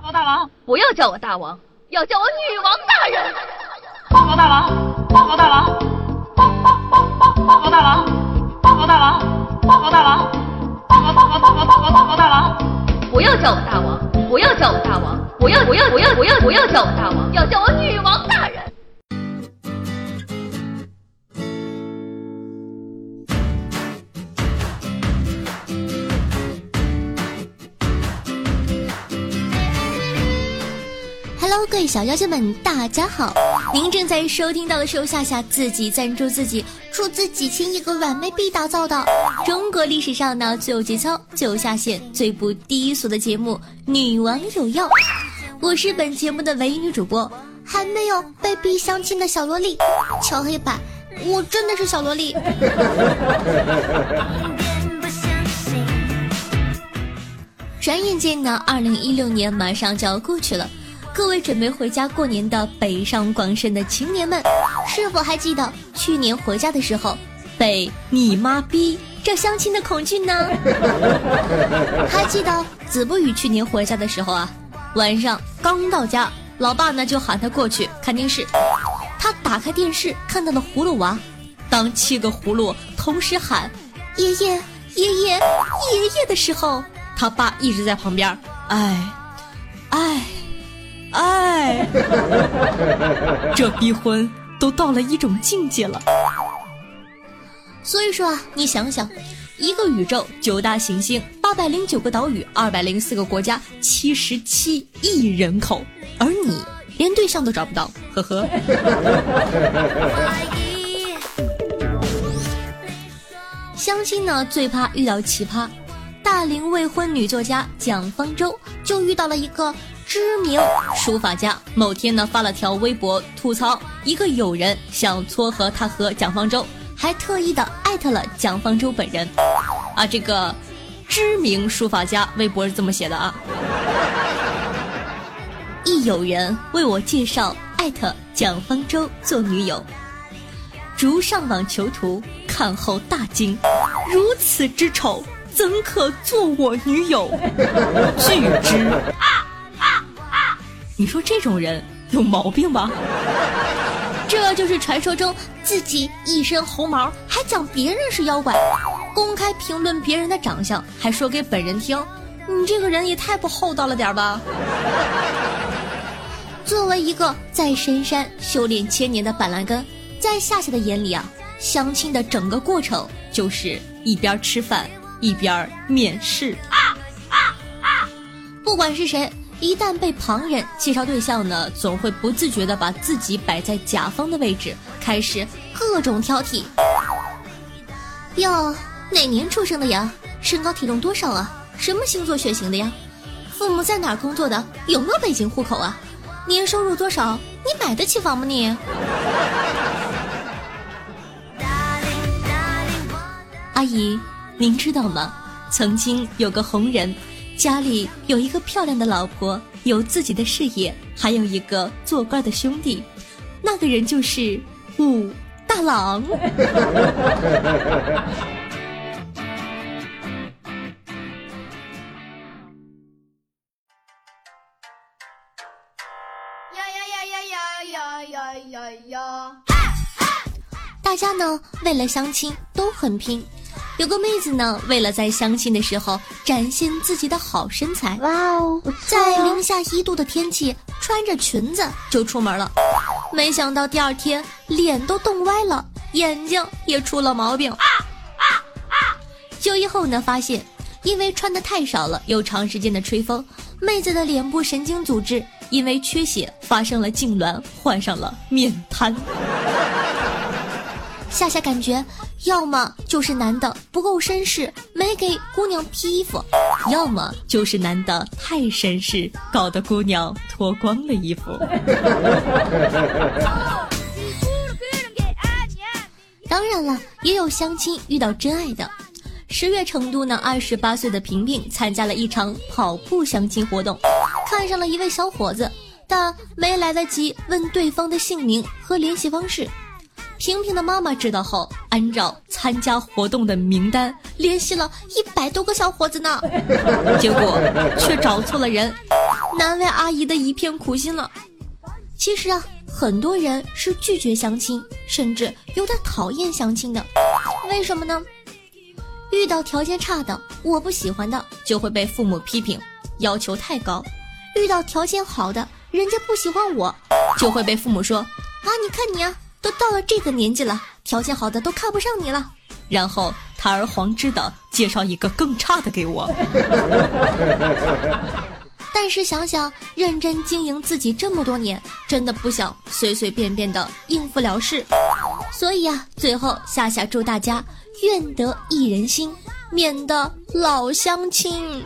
报告大王， 不要叫我大王，要叫我女王大人。 报告大王，报告大王，报告大王，报告大王，报告大王，报告大王。 不要叫我大王，不要叫我大王，不要叫我大王，要叫我女王大人。 Hello， 各位小妖精们，大家好！您正在收听到的是由夏夏自己赞助自己，出资几千亿个软妹币打造的中国历史上呢最有节操、最有下限、最不低俗的节目《女王有药》。我是本节目的唯一女主播，还没有被逼相亲的小萝莉。敲黑板，我真的是小萝莉。转眼间呢，2016年马上就要过去了。各位准备回家过年的北上广深的青年们，是否还记得去年回家的时候被你妈逼这相亲的恐惧呢？还记得子不语去年回家的时候啊，晚上刚到家，老爸呢就喊他过去看电视，他打开电视看到了葫芦娃，当7个葫芦同时喊爷爷爷爷爷爷的时候，他爸一直在旁边哎，这逼婚都到了一种境界了。所以说啊，你想想，一个宇宙9大行星809个岛屿204个国家77亿人口，而你连对象都找不到，呵呵。相亲呢最怕遇到奇葩，大龄未婚女作家蒋方舟就遇到了一个知名书法家，某天呢发了条微博吐槽一个友人想撮合他和蒋方舟，还特意的艾特了蒋方舟本人啊。这个知名书法家微博是这么写的啊：一友人为我介绍艾特蒋方舟做女友，逐上网求图，看后大惊，如此之丑，怎可做我女友？拒之。你说这种人有毛病吧？这就是传说中自己一身红毛还讲别人是妖怪，公开评论别人的长相还说给本人听，你这个人也太不厚道了点吧。作为一个在深山修炼1000年的板蓝根，在夏夏的眼里啊，相亲的整个过程就是一边吃饭一边面试。不管是谁，一旦被旁人介绍对象呢，总会不自觉地把自己摆在甲方的位置，开始各种挑剔。哟，哪年出生的呀？身高体重多少啊？什么星座血型的呀？父母在哪儿工作的？有没有北京户口啊？年收入多少？你买得起房吗你？阿姨，您知道吗？曾经有个红人，家里有一个漂亮的老婆，有自己的事业，还有一个做官的兄弟，那个人就是武大郎。大家呢为了相亲都很拼，有个妹子呢为了在相亲的时候展现自己的好身材，哇哦，在零下1度的天气穿着裙子就出门了，没想到第二天脸都冻歪了，眼睛也出了毛病。就医后呢发现，因为穿得太少了又长时间的吹风，妹子的脸部神经组织因为缺血发生了痉挛，患上了面瘫。夏夏感觉要么就是男的不够绅士没给姑娘披衣服，要么就是男的太绅士搞得姑娘脱光了衣服。当然了，也有相亲遇到真爱的。10月成都呢28岁的萍萍参加了一场跑步相亲活动，看上了一位小伙子，但没来得及问对方的姓名和联系方式。萍萍的妈妈知道后，按照参加活动的名单联系了100多个小伙子呢，结果却找错了人。 难为阿姨的一片苦心了。其实啊，很多人是拒绝相亲，甚至有点讨厌相亲的。为什么呢？遇到条件差的，我不喜欢的，就会被父母批评，要求太高；遇到条件好的，人家不喜欢我，就会被父母说啊，你看你啊，都到了这个年纪了，条件好的都看不上你了，然后堂而皇之的介绍一个更差的给我。但是想想认真经营自己这么多年，真的不想随随便便的应付了事。所以啊，最后夏夏祝大家愿得一人心，免得老相亲。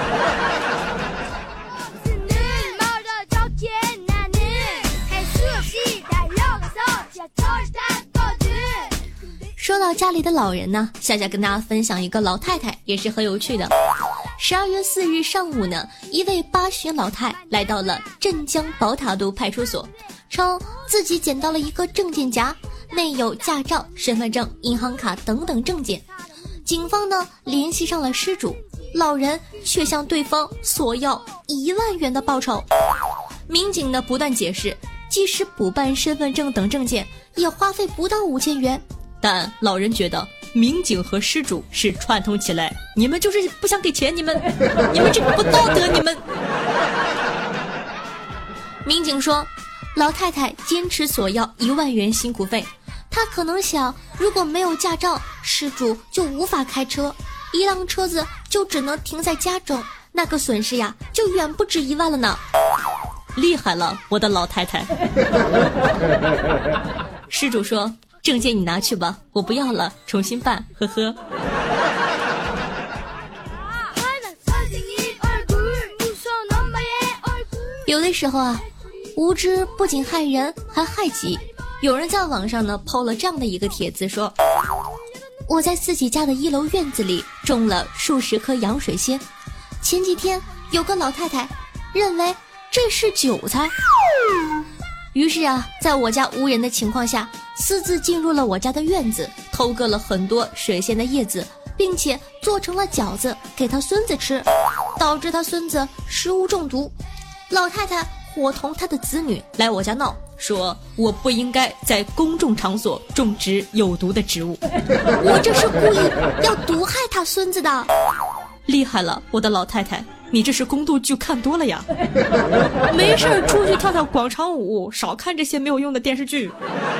说到家里的老人呢，夏夏跟大家分享一个老太太，也是很有趣的。12月4日上午呢，一位80旬老太来到了镇江宝塔渡派出所，称自己捡到了一个证件夹，内有驾照、身份证、银行卡等等证件。警方呢联系上了失主，老人却向对方索要1万元的报酬。民警呢不断解释，即使补办身份证等证件，也花费不到5000元。但老人觉得民警和失主是串通起来，你们就是不想给钱，你们这个不道德，你们。民警说，老太太坚持索要1万元辛苦费，她可能想，如果没有驾照，失主就无法开车，一辆车子就只能停在家中，那个损失呀，就远不止1万了呢。厉害了，我的老太太。失主说，证件你拿去吧，我不要了，重新办，呵呵。有的时候啊，无知不仅害人，还害己。有人在网上呢抛了这样的一个帖子，说我在自己家的1楼院子里种了数十棵洋水仙，前几天有个老太太认为这是韭菜，于是啊，在我家无人的情况下，私自进入了我家的院子，偷割了很多水仙的叶子，并且做成了饺子给他孙子吃，导致他孙子食物中毒。老太太伙同他的子女来我家闹，说我不应该在公众场所种植有毒的植物，我这是故意要毒害他孙子的。厉害了，我的老太太，你这是宫斗剧看多了呀。没事出去跳跳广场舞，少看这些没有用的电视剧。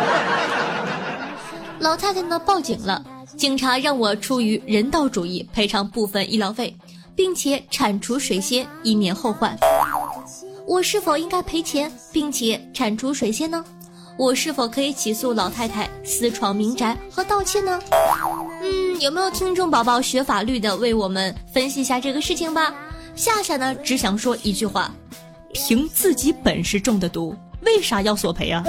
老太太呢报警了，警察让我出于人道主义赔偿部分医疗费，并且铲除水仙，以免后患。我是否应该赔钱并且铲除水仙呢？我是否可以起诉老太太私闯民宅和盗窃呢？有没有听众宝宝学法律的为我们分析一下这个事情吧？夏夏呢只想说一句话，凭自己本事中的毒，为啥要索赔啊？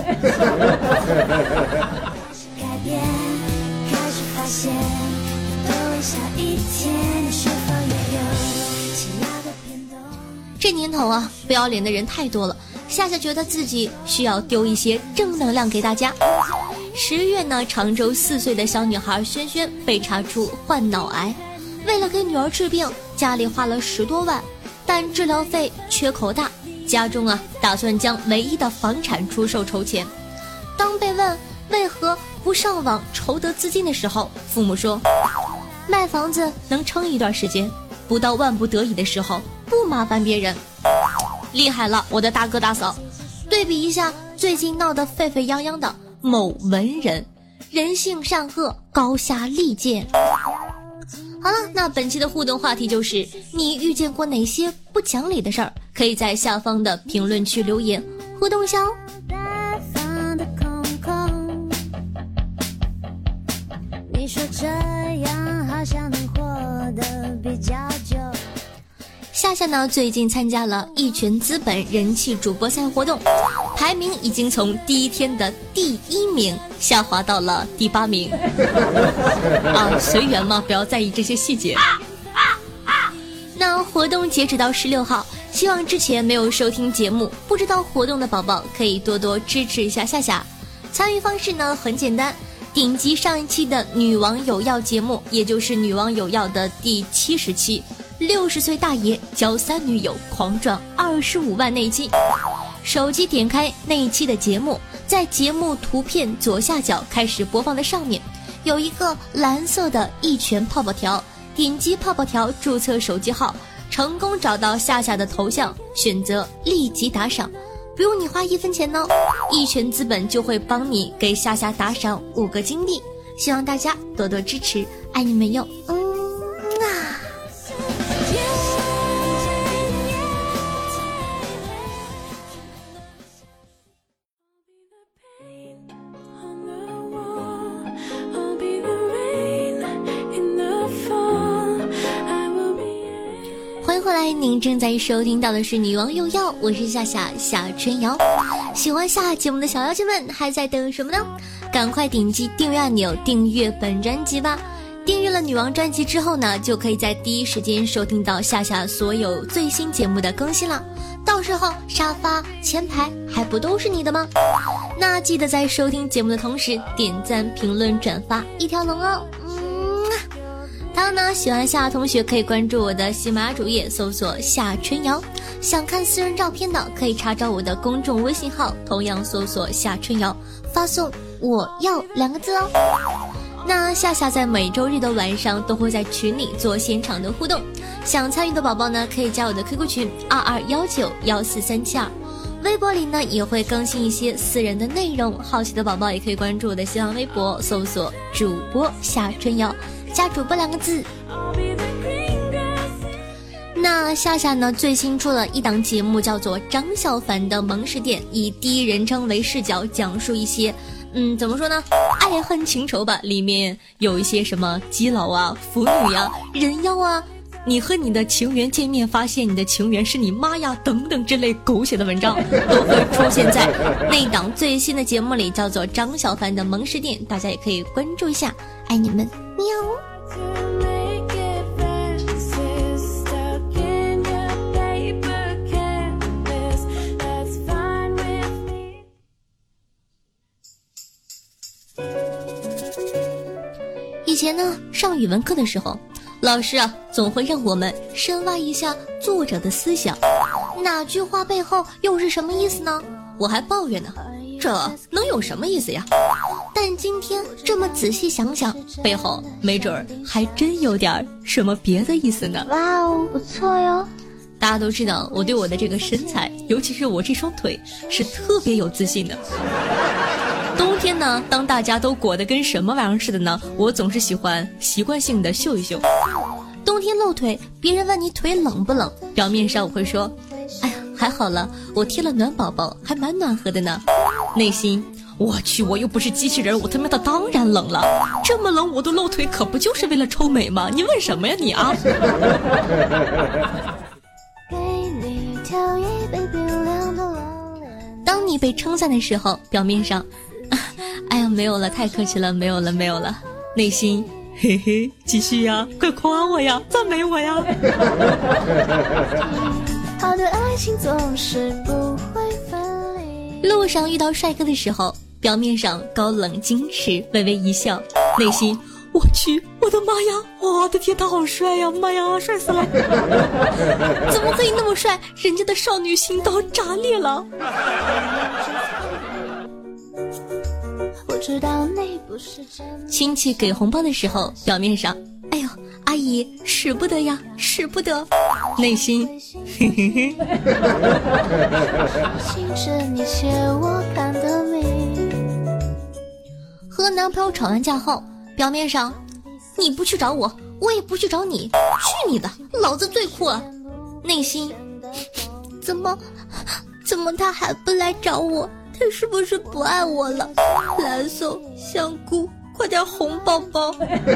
这年头啊，不要脸的人太多了，夏夏觉得自己需要丢一些正能量给大家。10月呢，常州4岁的小女孩萱萱被查出患脑癌，为了给女儿治病，家里花了10多万，但治疗费缺口大，家中啊打算将唯一的房产出售筹钱。当被问为何不上网筹得资金的时候，父母说卖房子能撑一段时间，不到万不得已的时候不麻烦别人。厉害了，我的大哥大嫂。对比一下最近闹得沸沸扬扬的某文人，人性善恶，高下立见。好了，那本期的互动话题就是你遇见过哪些不讲理的事儿，可以在下方的评论区留言互动一下哦。你说这样好像能活得比较久。夏夏呢最近参加了一拳资本人气主播赛活动，排名已经从第一天的第1名下滑到了第8名。随缘嘛，不要在意这些细节。那活动截止到16号，希望之前没有收听节目不知道活动的宝宝可以多多支持一下夏夏。参与方式呢很简单，点击上一期的女王有药节目，也就是女王有药的第70期， 60岁大爷教3女友狂赚25万内金。手机点开那一期的节目，在节目图片左下角开始播放的上面有一个蓝色的一拳泡泡条，点击泡泡条注册手机号，成功找到夏夏的头像，选择立即打赏，不用你花1分钱呢，一拳资本就会帮你给夏夏打赏5个金币，希望大家多多支持，爱你们哟。欢迎回来，您正在收听到的是女王有药，我是夏夏夏春瑶。喜欢夏节目的小妖精们还在等什么呢？赶快点击订阅按钮，订阅本专辑吧。订阅了女王专辑之后呢，就可以在第一时间收听到夏夏所有最新节目的更新了。到时候沙发前排还不都是你的吗？那记得在收听节目的同时点赞评论转发一条龙哦。当然呢，喜欢夏同学可以关注我的喜马拉雅主页，搜索夏春瑶。想看私人照片的可以查找我的公众微信号，同样搜索夏春瑶，发送我要2个字哦。那夏夏在每周日的晚上都会在群里做现场的互动，想参与的宝宝呢可以加我的 QQ 群2219143722，微博里呢也会更新一些私人的内容，好奇的宝宝也可以关注我的新浪微博，搜索主播夏春瑶，加主播2个字。那夏夏呢最新出了一档节目，叫做张小凡的萌食店，以第一人称为视角讲述一些怎么说呢，爱恨情仇吧，里面有一些什么基佬啊、腐女啊、人妖啊，你和你的情缘见面发现你的情缘是你妈呀等等之类狗血的文章都会出现在那档最新的节目里，叫做张小凡的萌食店，大家也可以关注一下，爱你们，喵。以前呢，上语文课的时候，老师啊总会让我们深挖一下作者的思想，哪句话背后又是什么意思呢？我还抱怨呢，这能有什么意思呀？但今天这么仔细想想，背后没准儿还真有点什么别的意思呢。 哇哦，不错哟。 大家都知道我对我的这个身材，尤其是我这双腿是特别有自信的。冬天呢，当大家都裹得跟什么玩意儿似的呢，我总是喜欢习惯性的秀一秀。冬天露腿，别人问你腿冷不冷，表面上我会说，哎呀还好了，我贴了暖宝宝，还蛮暖和的呢。内心我去，我又不是机器人，我他妈的当然冷了，这么冷我都露腿，可不就是为了臭美吗？你问什么呀你啊？当你被称赞的时候，表面上哎呀没有了，太客气了，没有了，内心嘿嘿继续呀，快夸我呀，赞美我呀。好的爱情总是不会分离。路上遇到帅哥的时候，表面上高冷矜持，微微一笑，内心我去，我的妈呀，我的天，他好帅呀，妈呀，帅死了。怎么可以那么帅？人家的少女心都炸裂了。亲戚给红包的时候，表面上哎呦阿姨使不得呀，使不得，内心嘿嘿嘿。和男朋友吵完架后，表面上你不去找我，我也不去找你，去你的，老子最酷了。内心怎么他还不来找我？他是不是不爱我了？蓝瘦香菇，快点红包包。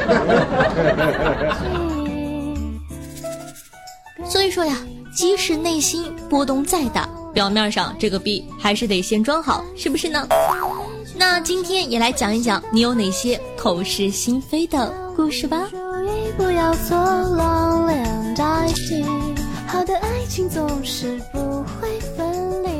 所以说呀，即使内心波动再大，表面上这个币还是得先装好，是不是呢？那今天也来讲一讲你有哪些口是心非的故事吧。不要做long恋代替，好的爱情总是不会分离。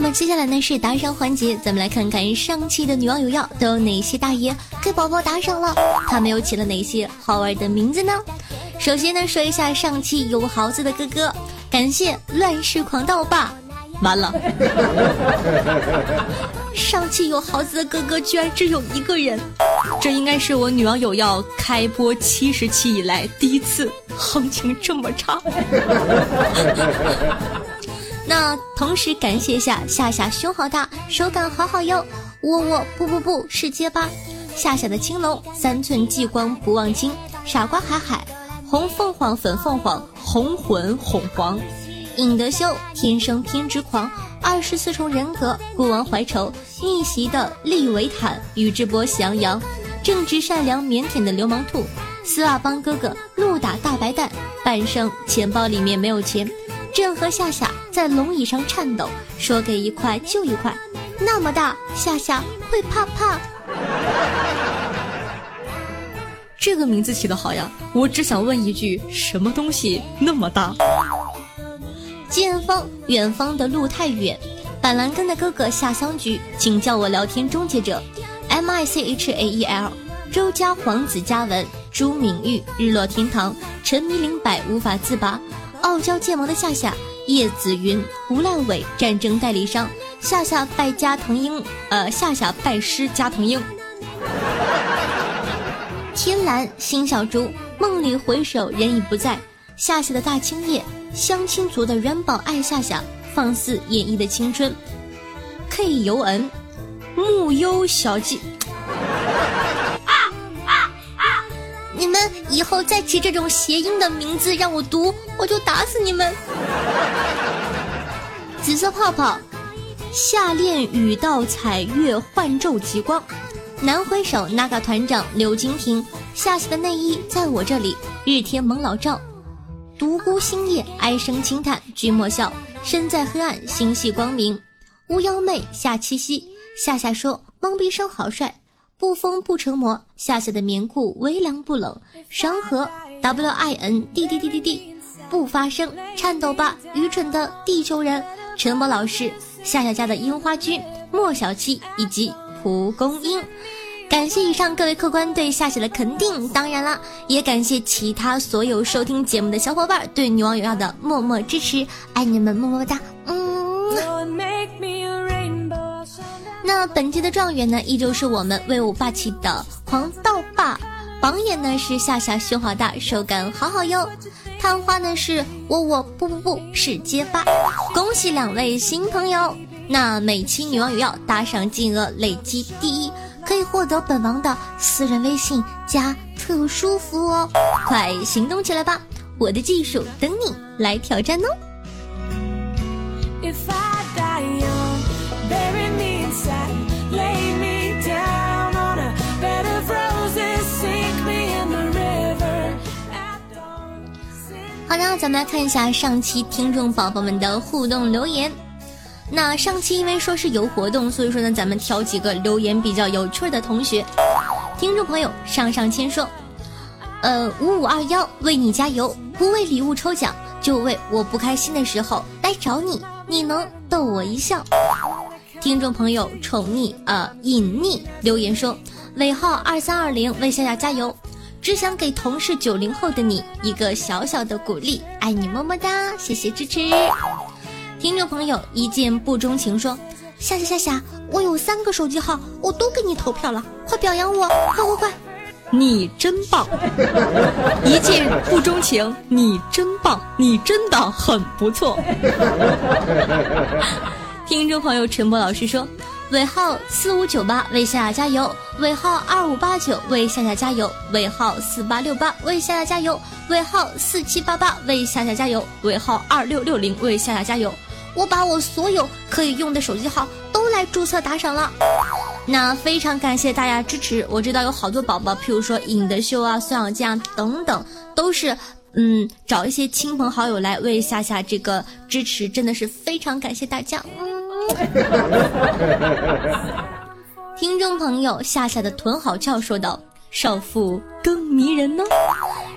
么接下来呢是打赏环节，咱们来看看上期的女网友要都有哪些大爷给宝宝打赏了，他们又起了哪些好玩的名字呢？首先呢说一下上期有豪子的哥哥，感谢乱世狂盗霸。完了，上期有豪子的哥哥居然只有一个人，这应该是我女网友要开播70期以来第一次行情这么差。那同时感谢一下夏夏胸好大，手感好好哟，窝不是结巴，夏夏的青龙3寸激光不忘情，傻瓜海海，红凤凰粉凤凰，红魂红黄，尹德修天生偏执狂，24重人格孤王怀愁，逆袭的利维坦，宇智波喜羊羊，正直善良腼腆的流氓兔，丝袜帮哥哥怒打大白蛋，半生钱包里面没有钱，正和夏夏在龙椅上颤抖，说给1块就1块，那么大夏夏会怕怕。这个名字起得好呀，我只想问一句，什么东西那么大？剑锋远方的路太远，板蓝根的哥哥下桑菊，请叫我聊天终结者 MICHAEL， 周家皇子嘉文，朱敏玉，日落天堂，沉迷灵摆无法自拔，傲娇剑盟的夏夏，叶子云，胡烂伟，战争代理商，夏夏拜加藤鹰，夏夏拜师加藤鹰，天蓝新小猪，梦里回首人已不在，夏夏的大青叶，相亲族的元宝爱夏夏，放肆演绎的青春 K 尤恩，木优小鸡。你们以后再起这种谐音的名字让我读，我就打死你们。紫色泡泡，夏恋雨到彩月幻昼极光，南回首那个团长刘金婷，夏夏的内衣在我这里，日天蒙老赵，独孤星夜哀声轻叹君莫笑，身在黑暗心系光明，巫妖妹夏七夕，夏夏说懵逼生好帅，不疯不成魔，夏夏的棉裤微凉不冷，商河 WINDDDD 不发声，颤抖吧愚蠢的地球人，陈默老师，夏夏家的樱花君莫小七以及蒲公英。感谢以上各位客官对夏夏的肯定，当然啦，也感谢其他所有收听节目的小伙伴对女网友要的默默支持，爱你们么么哒。那本期的状元呢，依旧是我们威武霸气的狂盗霸，榜眼呢是夏夏胸好大，手感好好哟，探花呢是我不是结巴。恭喜2位新朋友，那每期女网友要打赏金额累积第1，可以获得本王的私人微信加特殊服务哦，快行动起来吧，我的技术等你来挑战哦。好的，咱们来看一下上期听众宝宝们的互动留言。那上期因为说是有活动，所以说呢咱们挑几个留言比较有趣的同学。听众朋友上签说5521为你加油，不为礼物抽奖，就为我不开心的时候来找你，你能逗我一笑。听众朋友宠溺隐匿留言说，尾号2320为夏夏加油，只想给同是90后的你一个小小的鼓励，爱你么么哒，谢谢支持。听众朋友一见不钟情说，夏夏，我有3个手机号，我都给你投票了，快表扬我，快，你真棒。一见不钟情，你真棒，你真的很不错。听众朋友陈博老师说，尾号4598为夏夏加油，尾号2589为夏夏加油，尾号4868为夏夏加油，尾号4788为夏夏加油，尾号2660为夏夏加油。我把我所有可以用的手机号都来注册打赏了，那非常感谢大家支持。我知道有好多宝宝，譬如说尹德秀啊、孙小健等等，都是找一些亲朋好友来为夏夏这个支持，真的是非常感谢大家。听众朋友夏夏的臀好翘说道，少妇更迷人呢。